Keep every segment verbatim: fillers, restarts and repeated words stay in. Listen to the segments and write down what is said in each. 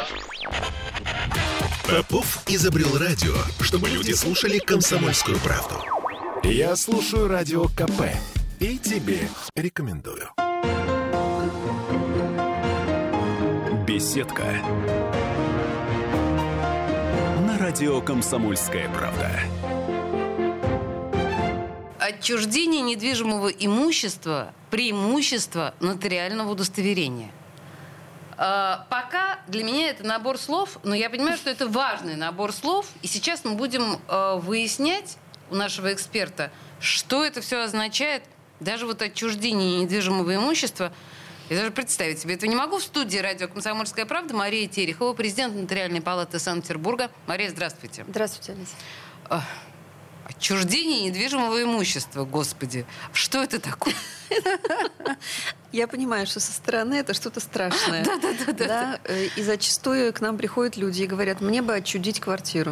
Попов изобрел радио, чтобы люди слушали «Комсомольскую правду». Я слушаю Радио КП и тебе рекомендую. Беседка. На радио «Комсомольская правда». Отчуждение недвижимого имущества – преимущество нотариального удостоверения. А, пока для меня это набор слов, но я понимаю, что это важный набор слов. И сейчас мы будем а, выяснять у нашего эксперта, что это все означает. Даже вот отчуждение недвижимого имущества. Я даже представить себе это не могу. В студии радио «Комсомольская правда» Мария Терехова, президент Нотариальной палаты Санкт-Петербурга. Мария, здравствуйте. Здравствуйте, Олеся. А, отчуждение недвижимого имущества, господи. Что это такое? Я понимаю, что со стороны это что-то страшное. Да, да, да, да. И зачастую к нам приходят люди и говорят: мне бы отчудить квартиру.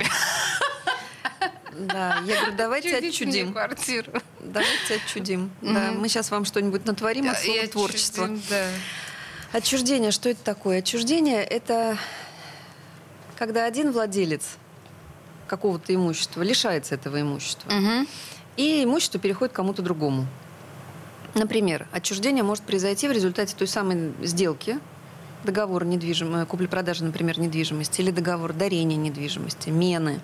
Да, я говорю, давайте отчудим. Квартиру. Давайте отчудим. Mm-hmm. Да, мы сейчас вам что-нибудь натворим от слова творчества. Да. Отчуждение, что это такое? Отчуждение – это когда один владелец какого-то имущества лишается этого имущества, mm-hmm. и имущество переходит к кому-то другому. Например, отчуждение может произойти в результате той самой сделки, договора недвижимости, купли-продажи, например, недвижимости, или договор дарения недвижимости, мены.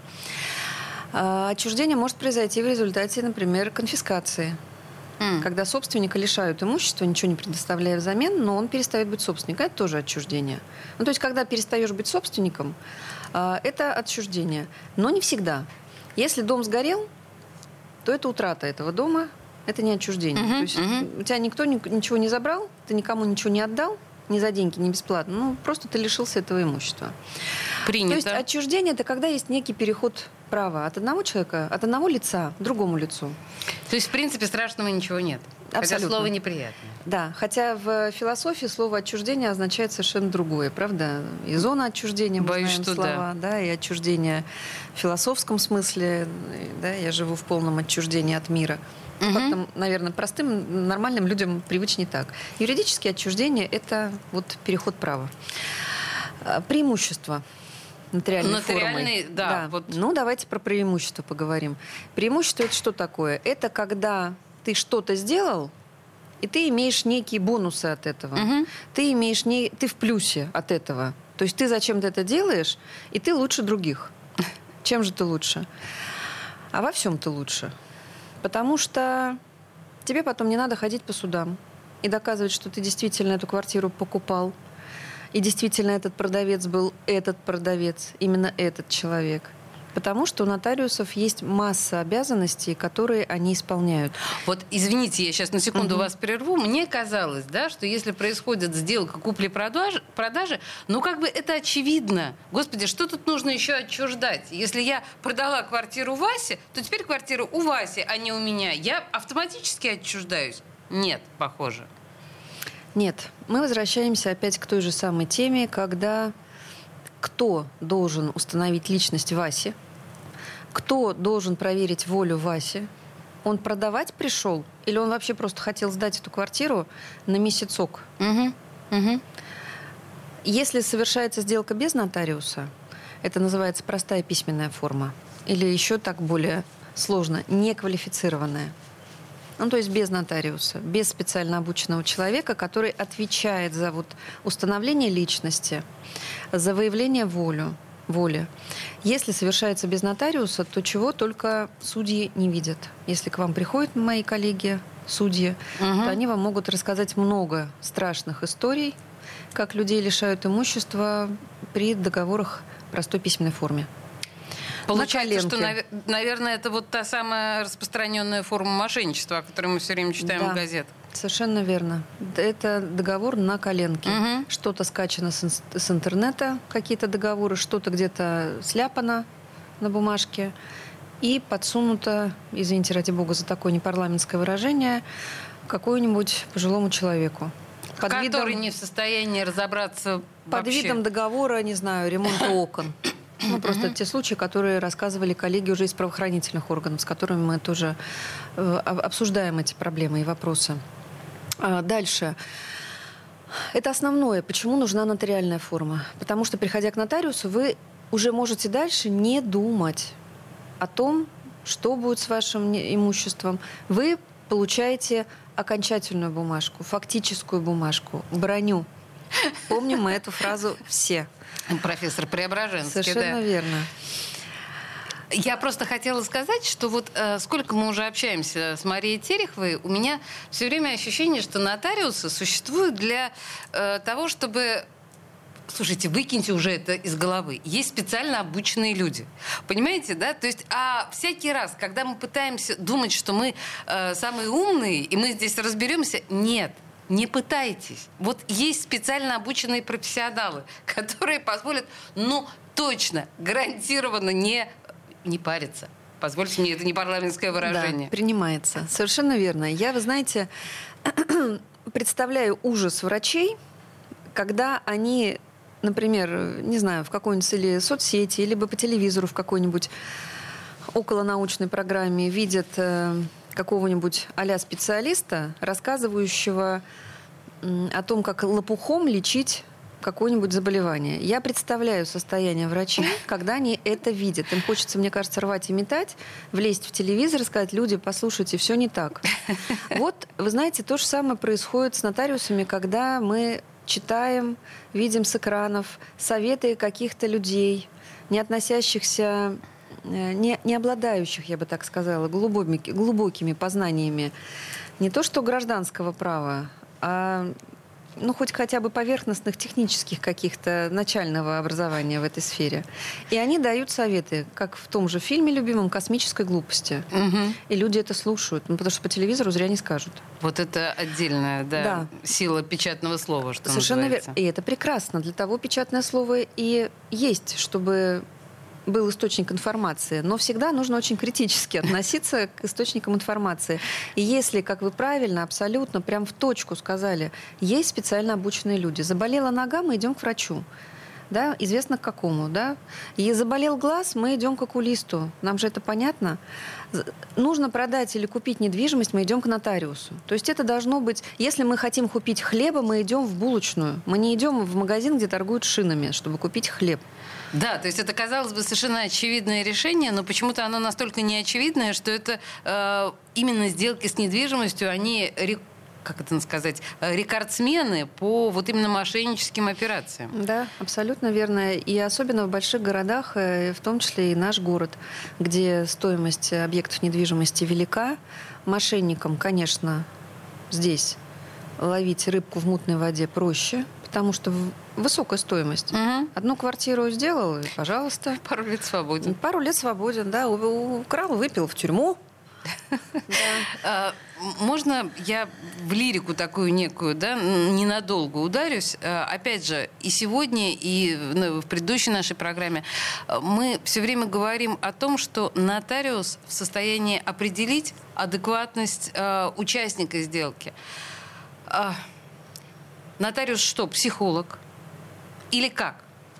Отчуждение может произойти в результате, например, конфискации. Mm. Когда собственника лишают имущества, ничего не предоставляя взамен, но он перестает быть собственником. Это тоже отчуждение. Ну, то есть, когда перестаешь быть собственником, это отчуждение. Но не всегда. Если дом сгорел, то это утрата этого дома, это не отчуждение. Mm-hmm. То есть, mm-hmm. у тебя никто ничего не забрал, ты никому ничего не отдал, ни за деньги, ни бесплатно. Ну, просто ты лишился этого имущества. Принято. То есть отчуждение – это когда есть некий переход права от одного человека, от одного лица к другому лицу. То есть, в принципе, страшного ничего нет. Абсолютно. Хотя слово неприятное. Да, хотя в философии слово отчуждение означает совершенно другое, правда? И зона отчуждения, мы Боюсь, знаем что слова, да. да, и отчуждение в философском смысле, да, я живу в полном отчуждении от мира. Угу. Как-то, наверное, простым, нормальным людям привычнее так. Юридические отчуждения – это вот переход права. Преимущества нотариальной Нотариальный, формы. да. да. Вот. Ну, давайте про преимущество поговорим. Преимущество – это что такое? Это когда ты что-то сделал, и ты имеешь некие бонусы от этого. Угу. Ты имеешь не... ты в плюсе от этого. То есть ты зачем-то это делаешь, и ты лучше других. Чем же ты лучше? А во всем ты лучше. Потому что тебе потом не надо ходить по судам и доказывать, что ты действительно эту квартиру покупал. И действительно этот продавец был этот продавец, именно этот человек. Потому что у нотариусов есть масса обязанностей, которые они исполняют. Вот, извините, я сейчас на секунду угу. вас прерву. Мне казалось, да, что если происходит сделка купли-продажи, продажи, ну, как бы это очевидно. Господи, что тут нужно еще отчуждать? Если я продала квартиру Васе, то теперь квартира у Васи, а не у меня. Я автоматически отчуждаюсь? Нет, похоже. Нет. Мы возвращаемся опять к той же самой теме, когда... Кто должен установить личность Васи? Кто должен проверить волю Васи? Он продавать пришел? Или он вообще просто хотел сдать эту квартиру на месяцок? Угу. Угу. Если совершается сделка без нотариуса, это называется простая письменная форма. Или еще так более сложно, неквалифицированная. Ну, то есть без нотариуса, без специально обученного человека, который отвечает за вот установление личности, за выявление волю, воли. Если совершается без нотариуса, то чего только судьи не видят. Если к вам приходят мои коллеги, судьи, угу. то они вам могут рассказать много страшных историй, как людей лишают имущества при договорах в простой письменной форме. Получается, что, наверное, это вот та самая распространенная форма мошенничества, о которой мы все время читаем да, в газетах. Совершенно верно. Это договор на коленке. Угу. Что-то скачано с, с интернета, какие-то договоры, что-то где-то сляпано на бумажке и подсунуто, извините, ради бога, за такое непарламентское выражение, какому-нибудь пожилому человеку. Под Который видом, не в состоянии разобраться Под вообще. видом договора, не знаю, ремонта окон. Ну, просто те случаи, которые рассказывали коллеги уже из правоохранительных органов, с которыми мы тоже э, обсуждаем эти проблемы и вопросы. А дальше. Это основное. Почему нужна нотариальная форма? Потому что, приходя к нотариусу, вы уже можете дальше не думать о том, что будет с вашим имуществом. Вы получаете окончательную бумажку, фактическую бумажку, броню. Помним мы эту фразу все. Профессор Преображенский, Совершенно да. верно. Я просто хотела сказать, что вот э, сколько мы уже общаемся с Марией Тереховой, у меня все время ощущение, что нотариусы существуют для э, того, чтобы... Слушайте, выкиньте уже это из головы. Есть специально обученные люди. Понимаете, да? То есть, а всякий раз, когда мы пытаемся думать, что мы э, самые умные, и мы здесь разберемся, нет. Не пытайтесь. Вот есть специально обученные профессионалы, которые позволят, ну, точно, гарантированно не, не париться. Позвольте мне, это не парламентское выражение. Да, принимается. Совершенно верно. Я, вы знаете, представляю ужас врачей, когда они, например, не знаю, в какой-нибудь или соцсети, либо по телевизору в какой-нибудь околонаучной программе видят какого-нибудь а-ля специалиста, рассказывающего о том, как лопухом лечить какое-нибудь заболевание. Я представляю состояние врачей, когда они это видят. Им хочется, мне кажется, рвать и метать, влезть в телевизор и сказать: люди, послушайте, все не так. Вот, вы знаете, то же самое происходит с нотариусами, когда мы читаем, видим с экранов советы каких-то людей, не относящихся... Не, не обладающих, я бы так сказала, глубокими, глубокими познаниями не то что гражданского права, а ну, хоть хотя бы поверхностных технических каких-то начального образования в этой сфере. И они дают советы, как в том же фильме любимом «Космической глупости». Угу. И люди это слушают, ну, потому что по телевизору зря не скажут. Вот это отдельная, да, да. сила печатного слова, что Совершенно называется. верно. И это прекрасно. Для того печатное слово и есть, чтобы... был источник информации, но всегда нужно очень критически относиться к источникам информации. И если, как вы правильно, абсолютно, прям в точку сказали, есть специально обученные люди. Заболела нога, мы идем к врачу. Да, известно к какому, да. И заболел глаз, мы идем к окулисту. Нам же это понятно. Нужно продать или купить недвижимость, мы идем к нотариусу. То есть это должно быть... Если мы хотим купить хлеба, мы идем в булочную. Мы не идем в магазин, где торгуют шинами, чтобы купить хлеб. Да, то есть это, казалось бы, совершенно очевидное решение, но почему-то оно настолько неочевидное, что это э, именно сделки с недвижимостью, они, как это сказать, рекордсмены по вот именно мошенническим операциям. Да, абсолютно верно. И особенно в больших городах, в том числе и наш город, где стоимость объектов недвижимости велика, мошенникам, конечно, здесь ловить рыбку в мутной воде проще, потому что высокая стоимость. Угу. Одну квартиру сделал, и, пожалуйста. Пару лет свободен. Пару лет свободен, да. Украл, выпил, в тюрьму. Можно я в лирику такую некую, да, ненадолго ударюсь? Опять же, и сегодня, и в предыдущей нашей программе мы все время говорим о том, что нотариус в состоянии определить адекватность участника сделки. Нотариус что, психолог? Или как?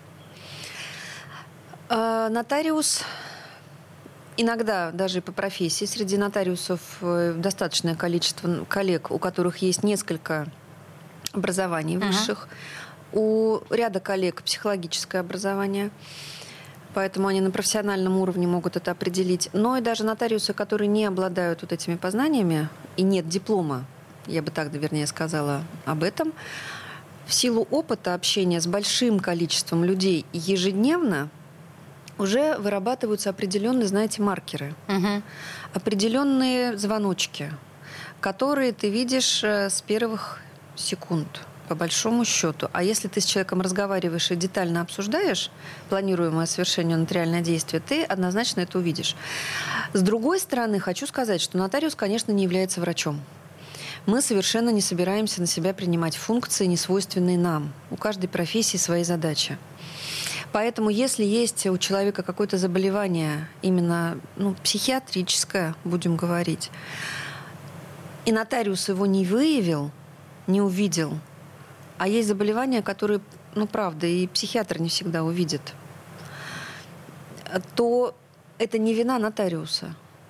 А, нотариус иногда даже по профессии среди нотариусов достаточное количество коллег, у которых есть несколько образований высших. Uh-huh. У ряда коллег психологическое образование, поэтому они на профессиональном уровне могут это определить. Но и даже нотариусы, которые не обладают вот этими познаниями и нет диплома, я бы так, вернее, сказала об этом, в силу опыта общения с большим количеством людей ежедневно уже вырабатываются определенные, знаете, маркеры, угу. определенные звоночки, которые ты видишь с первых секунд, по большому счету. А если ты с человеком разговариваешь и детально обсуждаешь планируемое совершение нотариального действия, ты однозначно это увидишь. С другой стороны, хочу сказать, что нотариус, конечно, не является врачом. Мы совершенно не собираемся на себя принимать функции, несвойственные нам. У каждой профессии свои задачи. Поэтому, если есть у человека какое-то заболевание, именно ну, психиатрическое, будем говорить, и нотариус его не выявил, не увидел, а есть заболевания, которые, ну, правда, и психиатр не всегда увидит, то это не вина нотариуса.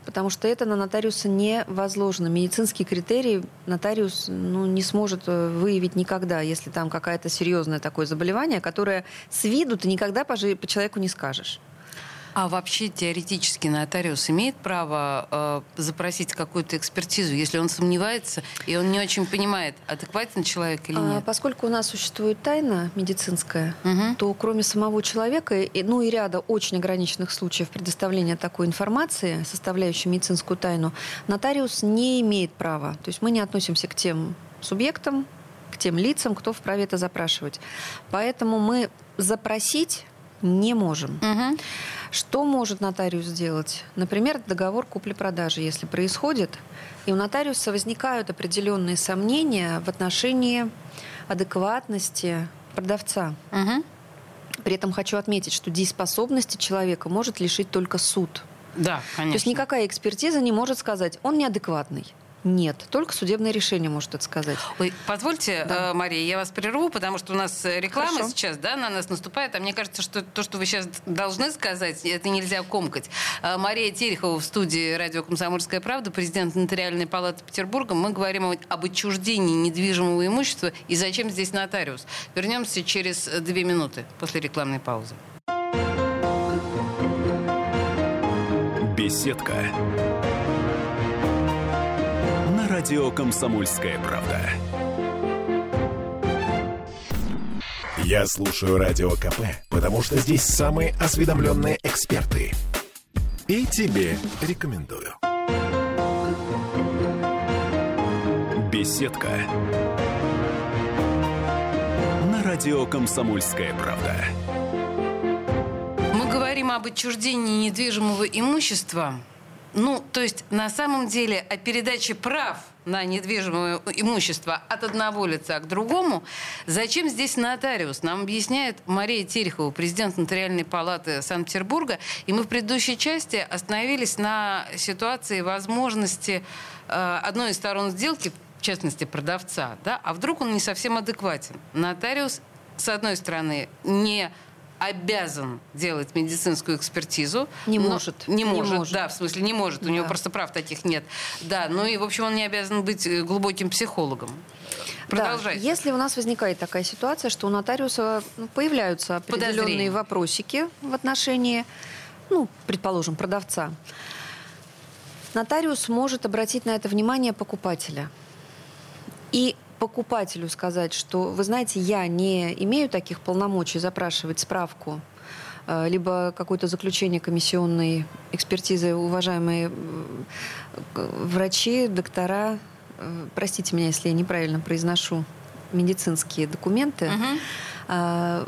потому что это на нотариуса не возложено. Медицинские критерии нотариус ну, не сможет выявить никогда, если там какое-то серьезное такое заболевание, которое с виду ты никогда по, по человеку не скажешь. А вообще теоретически нотариус имеет право э, запросить какую-то экспертизу, если он сомневается и он не очень понимает, адекватен человек или нет? А, поскольку у нас существует тайна медицинская, угу. то кроме самого человека, и, ну и ряда очень ограниченных случаев предоставления такой информации, составляющей медицинскую тайну, нотариус не имеет права. То есть мы не относимся к тем субъектам, к тем лицам, кто вправе это запрашивать. Поэтому мы запросить не можем. Угу. Что может нотариус сделать? Например, договор купли-продажи, если происходит, и у нотариуса возникают определенные сомнения в отношении адекватности продавца. Угу. При этом хочу отметить, что дееспособности человека может лишить только суд. Да, конечно. То есть никакая экспертиза не может сказать, он неадекватный. Нет, только судебное решение может это сказать. Ой, позвольте, да. Мария, я вас прерву, потому что у нас реклама Хорошо. сейчас, да, на нас наступает, а мне кажется, что то, что вы сейчас должны сказать, это нельзя комкать. Мария Терехова в студии радио «Комсомольская правда», президент Нотариальной палаты Петербурга. Мы говорим об отчуждении недвижимого имущества и зачем здесь нотариус. Вернемся через две минуты после рекламной паузы. Беседка. Радио «Комсомольская правда». Я слушаю Радио КП, потому что здесь самые осведомленные эксперты. И тебе рекомендую. Беседка. На радио «Комсомольская правда». Мы говорим об отчуждении недвижимого имущества. Ну, то есть, на самом деле, о передаче прав на недвижимое имущество от одного лица к другому. Зачем здесь нотариус? Нам объясняет Мария Терехова, президент Нотариальной палаты Санкт-Петербурга. И мы в предыдущей части остановились на ситуации возможности э, одной из сторон сделки, в частности, продавца, да, а вдруг он не совсем адекватен. Нотариус, с одной стороны, не обязан делать медицинскую экспертизу. Не может. Не может, не может. да, в смысле не может. У да. него просто прав таких нет. Да, ну и, в общем, он не обязан быть глубоким психологом. Продолжайте. Да. Если у нас возникает такая ситуация, что у нотариуса появляются определенные Подозрения. вопросики в отношении, ну, предположим, продавца, нотариус может обратить на это внимание покупателя. И покупателю сказать, что, вы знаете, я не имею таких полномочий запрашивать справку, либо какое-то заключение комиссионной экспертизы, уважаемые врачи, доктора, простите меня, если я неправильно произношу медицинские документы, Угу.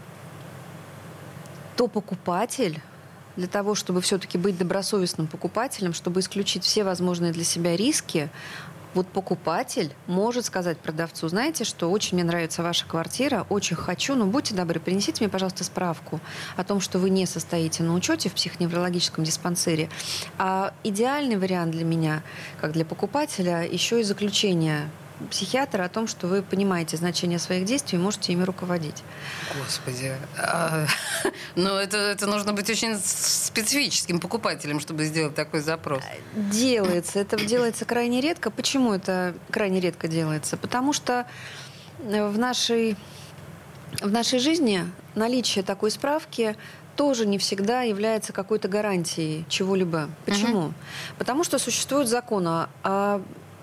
то покупатель, для того, чтобы все-таки быть добросовестным покупателем, чтобы исключить все возможные для себя риски, вот покупатель может сказать продавцу, знаете, что очень мне нравится ваша квартира, очень хочу, но будьте добры, принесите мне, пожалуйста, справку о том, что вы не состоите на учете в психоневрологическом диспансере. А идеальный вариант для меня, как для покупателя, еще и заключение психиатра о том, что вы понимаете значение своих действий и можете ими руководить. Господи. А, но это, это нужно быть очень специфическим покупателем, чтобы сделать такой запрос. Делается. Это делается крайне редко. Почему это крайне редко делается? Потому что в нашей, в нашей жизни наличие такой справки тоже не всегда является какой-то гарантией чего-либо. Почему? Угу. Потому что существует закон о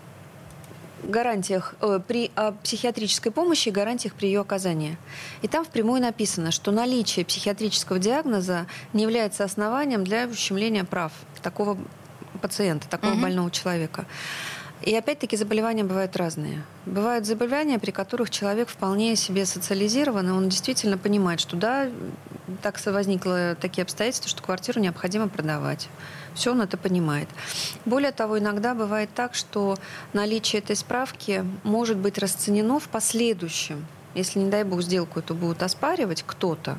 гарантиях э, при о психиатрической помощи и гарантиях при ее оказании. И там впрямую написано, что наличие психиатрического диагноза не является основанием для ущемления прав такого пациента, такого угу. больного человека. И опять-таки заболевания бывают разные. Бывают заболевания, при которых человек вполне себе социализирован, и он действительно понимает, что да, так возникло такие обстоятельства, что квартиру необходимо продавать. Все он это понимает. Более того, иногда бывает так, что наличие этой справки может быть расценено в последующем. Если, не дай бог, сделку эту будут оспаривать кто-то,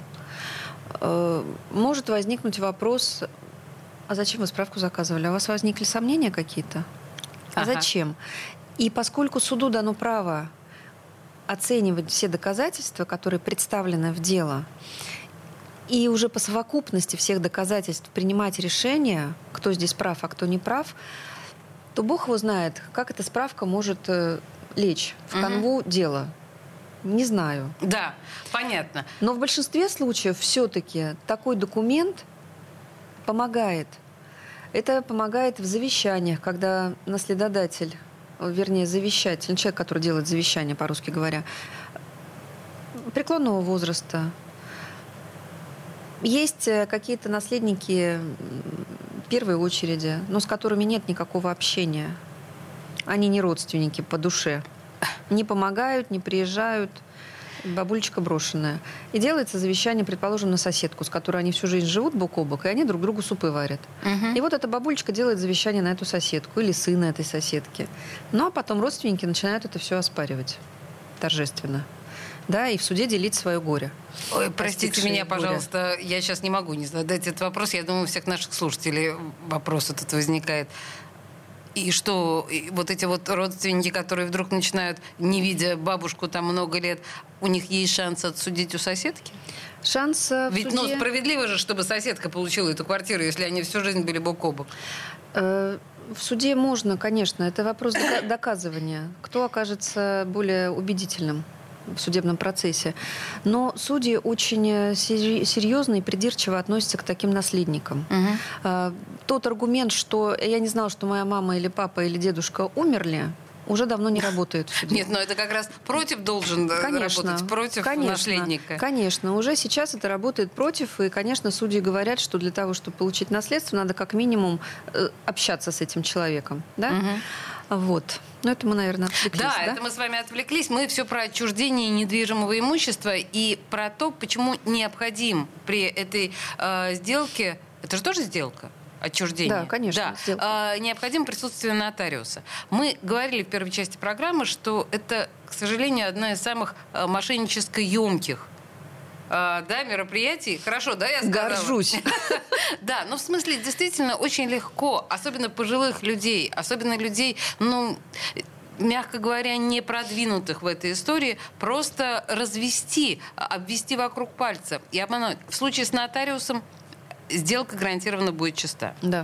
э, может возникнуть вопрос, а зачем вы справку заказывали? А у вас возникли сомнения какие-то? А ага. зачем? И поскольку суду дано право оценивать все доказательства, которые представлены в дело, и уже по совокупности всех доказательств принимать решение, кто здесь прав, а кто не прав, то Бог его знает, как эта справка может э, лечь в канву угу. дела. Не знаю. Да, понятно. Но в большинстве случаев все-таки такой документ помогает. Это помогает в завещаниях, когда наследодатель, вернее, завещатель, человек, который делает завещание, по-русски говоря, преклонного возраста. Есть какие-то наследники первой очереди, но с которыми нет никакого общения. Они не родственники по душе. Не помогают, не приезжают. Бабулечка брошенная. И делается завещание, предположим, на соседку, с которой они всю жизнь живут бок о бок, и они друг другу супы варят. Угу. И вот эта бабулечка делает завещание на эту соседку или сына этой соседки. Ну, а потом родственники начинают это все оспаривать торжественно. Да, и в суде делить свое горе. Ой, простите меня, пожалуйста, горе. Я сейчас не могу не задать этот вопрос. Я думаю, у всех наших слушателей вопрос этот возникает. И что, и вот эти вот родственники, которые вдруг начинают, не видя бабушку там много лет, у них есть шанс отсудить у соседки? Шанс в Ведь, суде... ну, справедливо же, чтобы соседка получила эту квартиру, если они всю жизнь были бок о бок. В суде можно, конечно. Это вопрос доказывания. Кто окажется более убедительным в судебном процессе. Но судьи очень серьезно и придирчиво относятся к таким наследникам. Угу. Тот аргумент, что я не знал, что моя мама или папа или дедушка умерли, уже давно не работает в суде. Нет, но это как раз против должен конечно, работать, против конечно, наследника. Конечно, уже сейчас это работает против, и, конечно, судьи говорят, что для того, чтобы получить наследство, надо как минимум общаться с этим человеком. Да? Угу. Вот. Ну, это мы, наверное, отвлеклись. Да, да, это мы с вами отвлеклись. Мы все про отчуждение недвижимого имущества и про то, почему необходим при этой э, сделке... Это же тоже сделка? Отчуждение. Да, конечно. Да. А, необходимо присутствие нотариуса. Мы говорили в первой части программы, что это, к сожалению, одна из самых а, мошеннически емких а, да, мероприятий. Хорошо, да, я сказала? Горжусь. Да, но в смысле действительно очень легко, особенно пожилых людей, особенно людей, ну... мягко говоря, не продвинутых в этой истории, просто развести, обвести вокруг пальца и обмануть. В случае с нотариусом сделка гарантированно будет чиста. Да.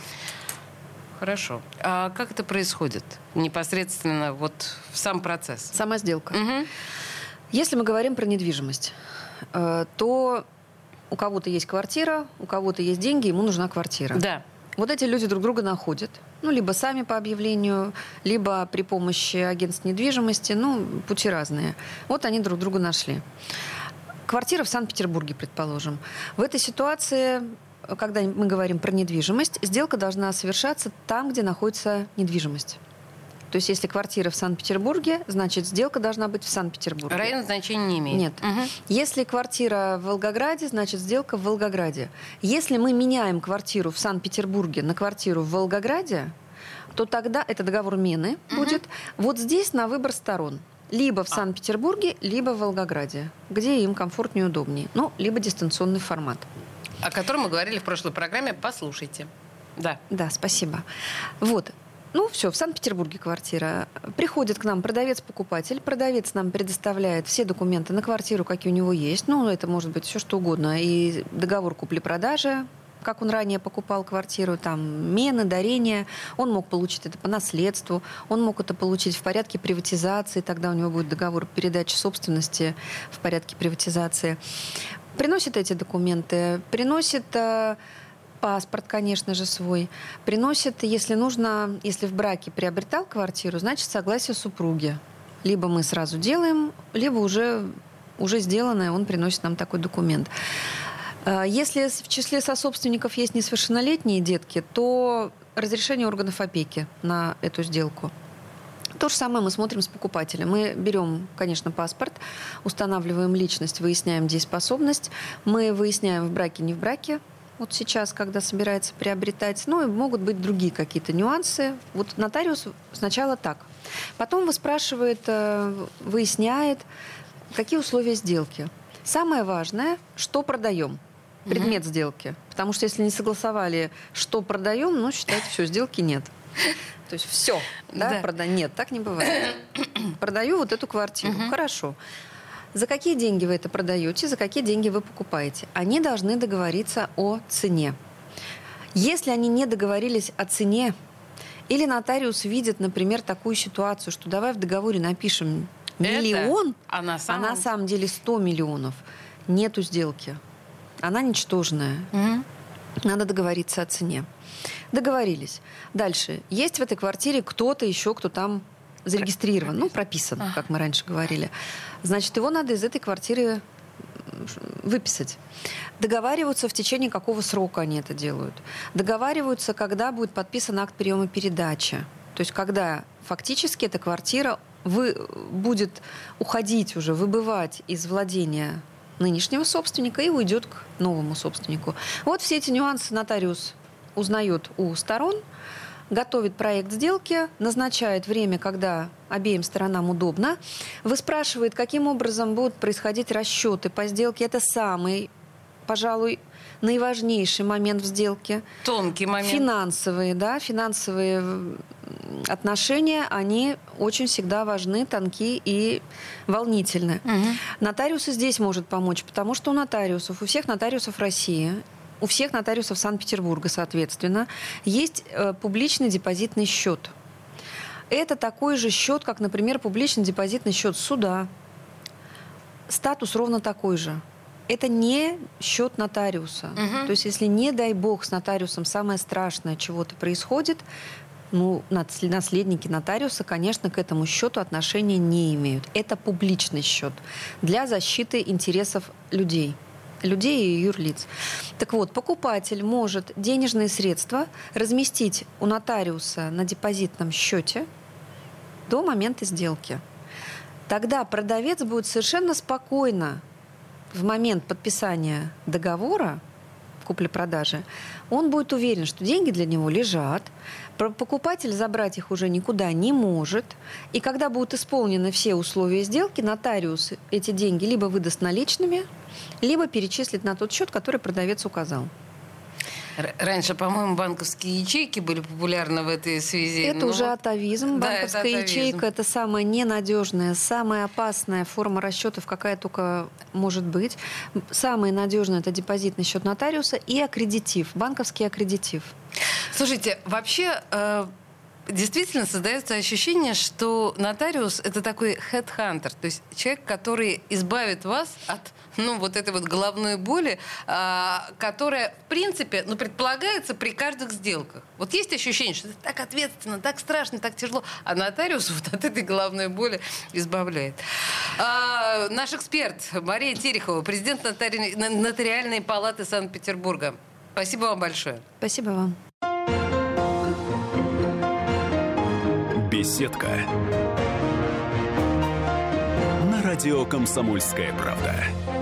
Хорошо. А как это происходит непосредственно вот в сам процесс? Сама сделка. Угу. Если мы говорим про недвижимость, то у кого-то есть квартира, у кого-то есть деньги, ему нужна квартира. Да. Вот эти люди друг друга находят. Ну, либо сами по объявлению, либо при помощи агентств недвижимости. Ну, пути разные. Вот они друг друга нашли. Квартира в Санкт-Петербурге, предположим. В этой ситуации, когда мы говорим про недвижимость, сделка должна совершаться там, где находится недвижимость. То есть, если квартира в Санкт-Петербурге, значит, сделка должна быть в Санкт-Петербурге. Район значения не имеет. Нет. Угу. Если квартира в Волгограде, значит, сделка в Волгограде. Если мы меняем квартиру в Санкт-Петербурге на квартиру в Волгограде, то тогда это договор мены угу. будет. Вот здесь на выбор сторон. Либо в Санкт-Петербурге, либо в Волгограде, где им комфортнее и удобнее. Ну, либо дистанционный формат. О котором мы говорили в прошлой программе. Послушайте. Да. Да, спасибо. Вот. Ну, все, в Санкт-Петербурге квартира. Приходит к нам продавец-покупатель. Продавец нам предоставляет все документы на квартиру, какие у него есть. Ну, это может быть все что угодно. И договор купли-продажи, как он ранее покупал квартиру, там, мены, дарения. Он мог получить это по наследству. Он мог это получить в порядке приватизации. Тогда у него будет договор передачи собственности в порядке приватизации. Приносит эти документы. Приносит... Паспорт, конечно же, свой. Приносит, если нужно, если в браке приобретал квартиру, значит, согласие супруги. Либо мы сразу делаем, либо уже, уже сделанное, он приносит нам такой документ. Если в числе сособственников есть несовершеннолетние детки, то разрешение органов опеки на эту сделку. То же самое мы смотрим с покупателем. Мы берем, конечно, паспорт, устанавливаем личность, выясняем дееспособность. Мы выясняем, в браке, не в браке. Вот сейчас, когда собирается приобретать. Ну, и могут быть другие какие-то нюансы. Вот нотариус сначала так. Потом выспрашивает, выясняет, какие условия сделки. Самое важное, что продаем. Предмет mm-hmm. сделки. Потому что если не согласовали, что продаем, ну, считайте, все, сделки нет. То есть все, да, да. Прода... Нет, так не бывает. Продаю вот эту квартиру. Mm-hmm. Хорошо. За какие деньги вы это продаете, за какие деньги вы покупаете? Они должны договориться о цене. Если они не договорились о цене, или нотариус видит, например, такую ситуацию, что давай в договоре напишем миллион, это, а, на самом... а на самом деле сто миллионов, нету сделки. Она ничтожная. Угу. Надо договориться о цене. Договорились. Дальше. Есть в этой квартире кто-то еще, кто там зарегистрирован, прописан. ну, прописан, ага. как мы раньше говорили. Значит, его надо из этой квартиры выписать. Договариваются, в течение какого срока они это делают. Договариваются, когда будет подписан акт приема-передачи. То есть, когда фактически эта квартира вы, будет уходить уже, выбывать из владения нынешнего собственника и уйдет к новому собственнику. Вот все эти нюансы нотариус узнает у сторон, готовит проект сделки, назначает время, когда обеим сторонам удобно, выспрашивает, каким образом будут происходить расчеты по сделке. Это самый, пожалуй, наиважнейший момент в сделке. Тонкий момент. Финансовые, да, финансовые отношения, они очень всегда важны, тонки и волнительны. Угу. Нотариус и здесь может помочь, потому что у нотариусов, у всех нотариусов России, у всех нотариусов Санкт-Петербурга, соответственно, есть э, публичный депозитный счет. Это такой же счет, как, например, публичный депозитный счет суда. Статус ровно такой же. Это не счет нотариуса. Угу. То есть, если, не дай бог, с нотариусом самое страшное чего-то происходит, ну, наследники нотариуса, конечно, к этому счету отношения не имеют. Это публичный счет для защиты интересов людей. людей и юрлиц. Так вот, покупатель может денежные средства разместить у нотариуса на депозитном счете до момента сделки. Тогда продавец будет совершенно спокойно в момент подписания договора купли-продажи, он будет уверен, что деньги для него лежат, покупатель забрать их уже никуда не может, и когда будут исполнены все условия сделки, нотариус эти деньги либо выдаст наличными, либо перечислит на тот счет, который продавец указал. Раньше, по-моему, банковские ячейки были популярны в этой связи. Это но... уже атовизм. Да, Банковская это атовизм. ячейка – это самая ненадежная, самая опасная форма расчетов, какая только может быть. Самый надежный – это депозитный счет нотариуса и аккредитив, банковский аккредитив. Слушайте, вообще... Э... Действительно создается ощущение, что нотариус – это такой headhunter, то есть человек, который избавит вас от ну, вот этой вот головной боли, а, которая, в принципе, ну, предполагается при каждых сделках. Вот есть ощущение, что это так ответственно, так страшно, так тяжело, а нотариус вот от этой головной боли избавляет. А, наш эксперт Мария Терехова, президент нотари... Нотариальной палаты Санкт-Петербурга. Спасибо вам большое. Спасибо вам. Беседка. На радио «Комсомольская правда».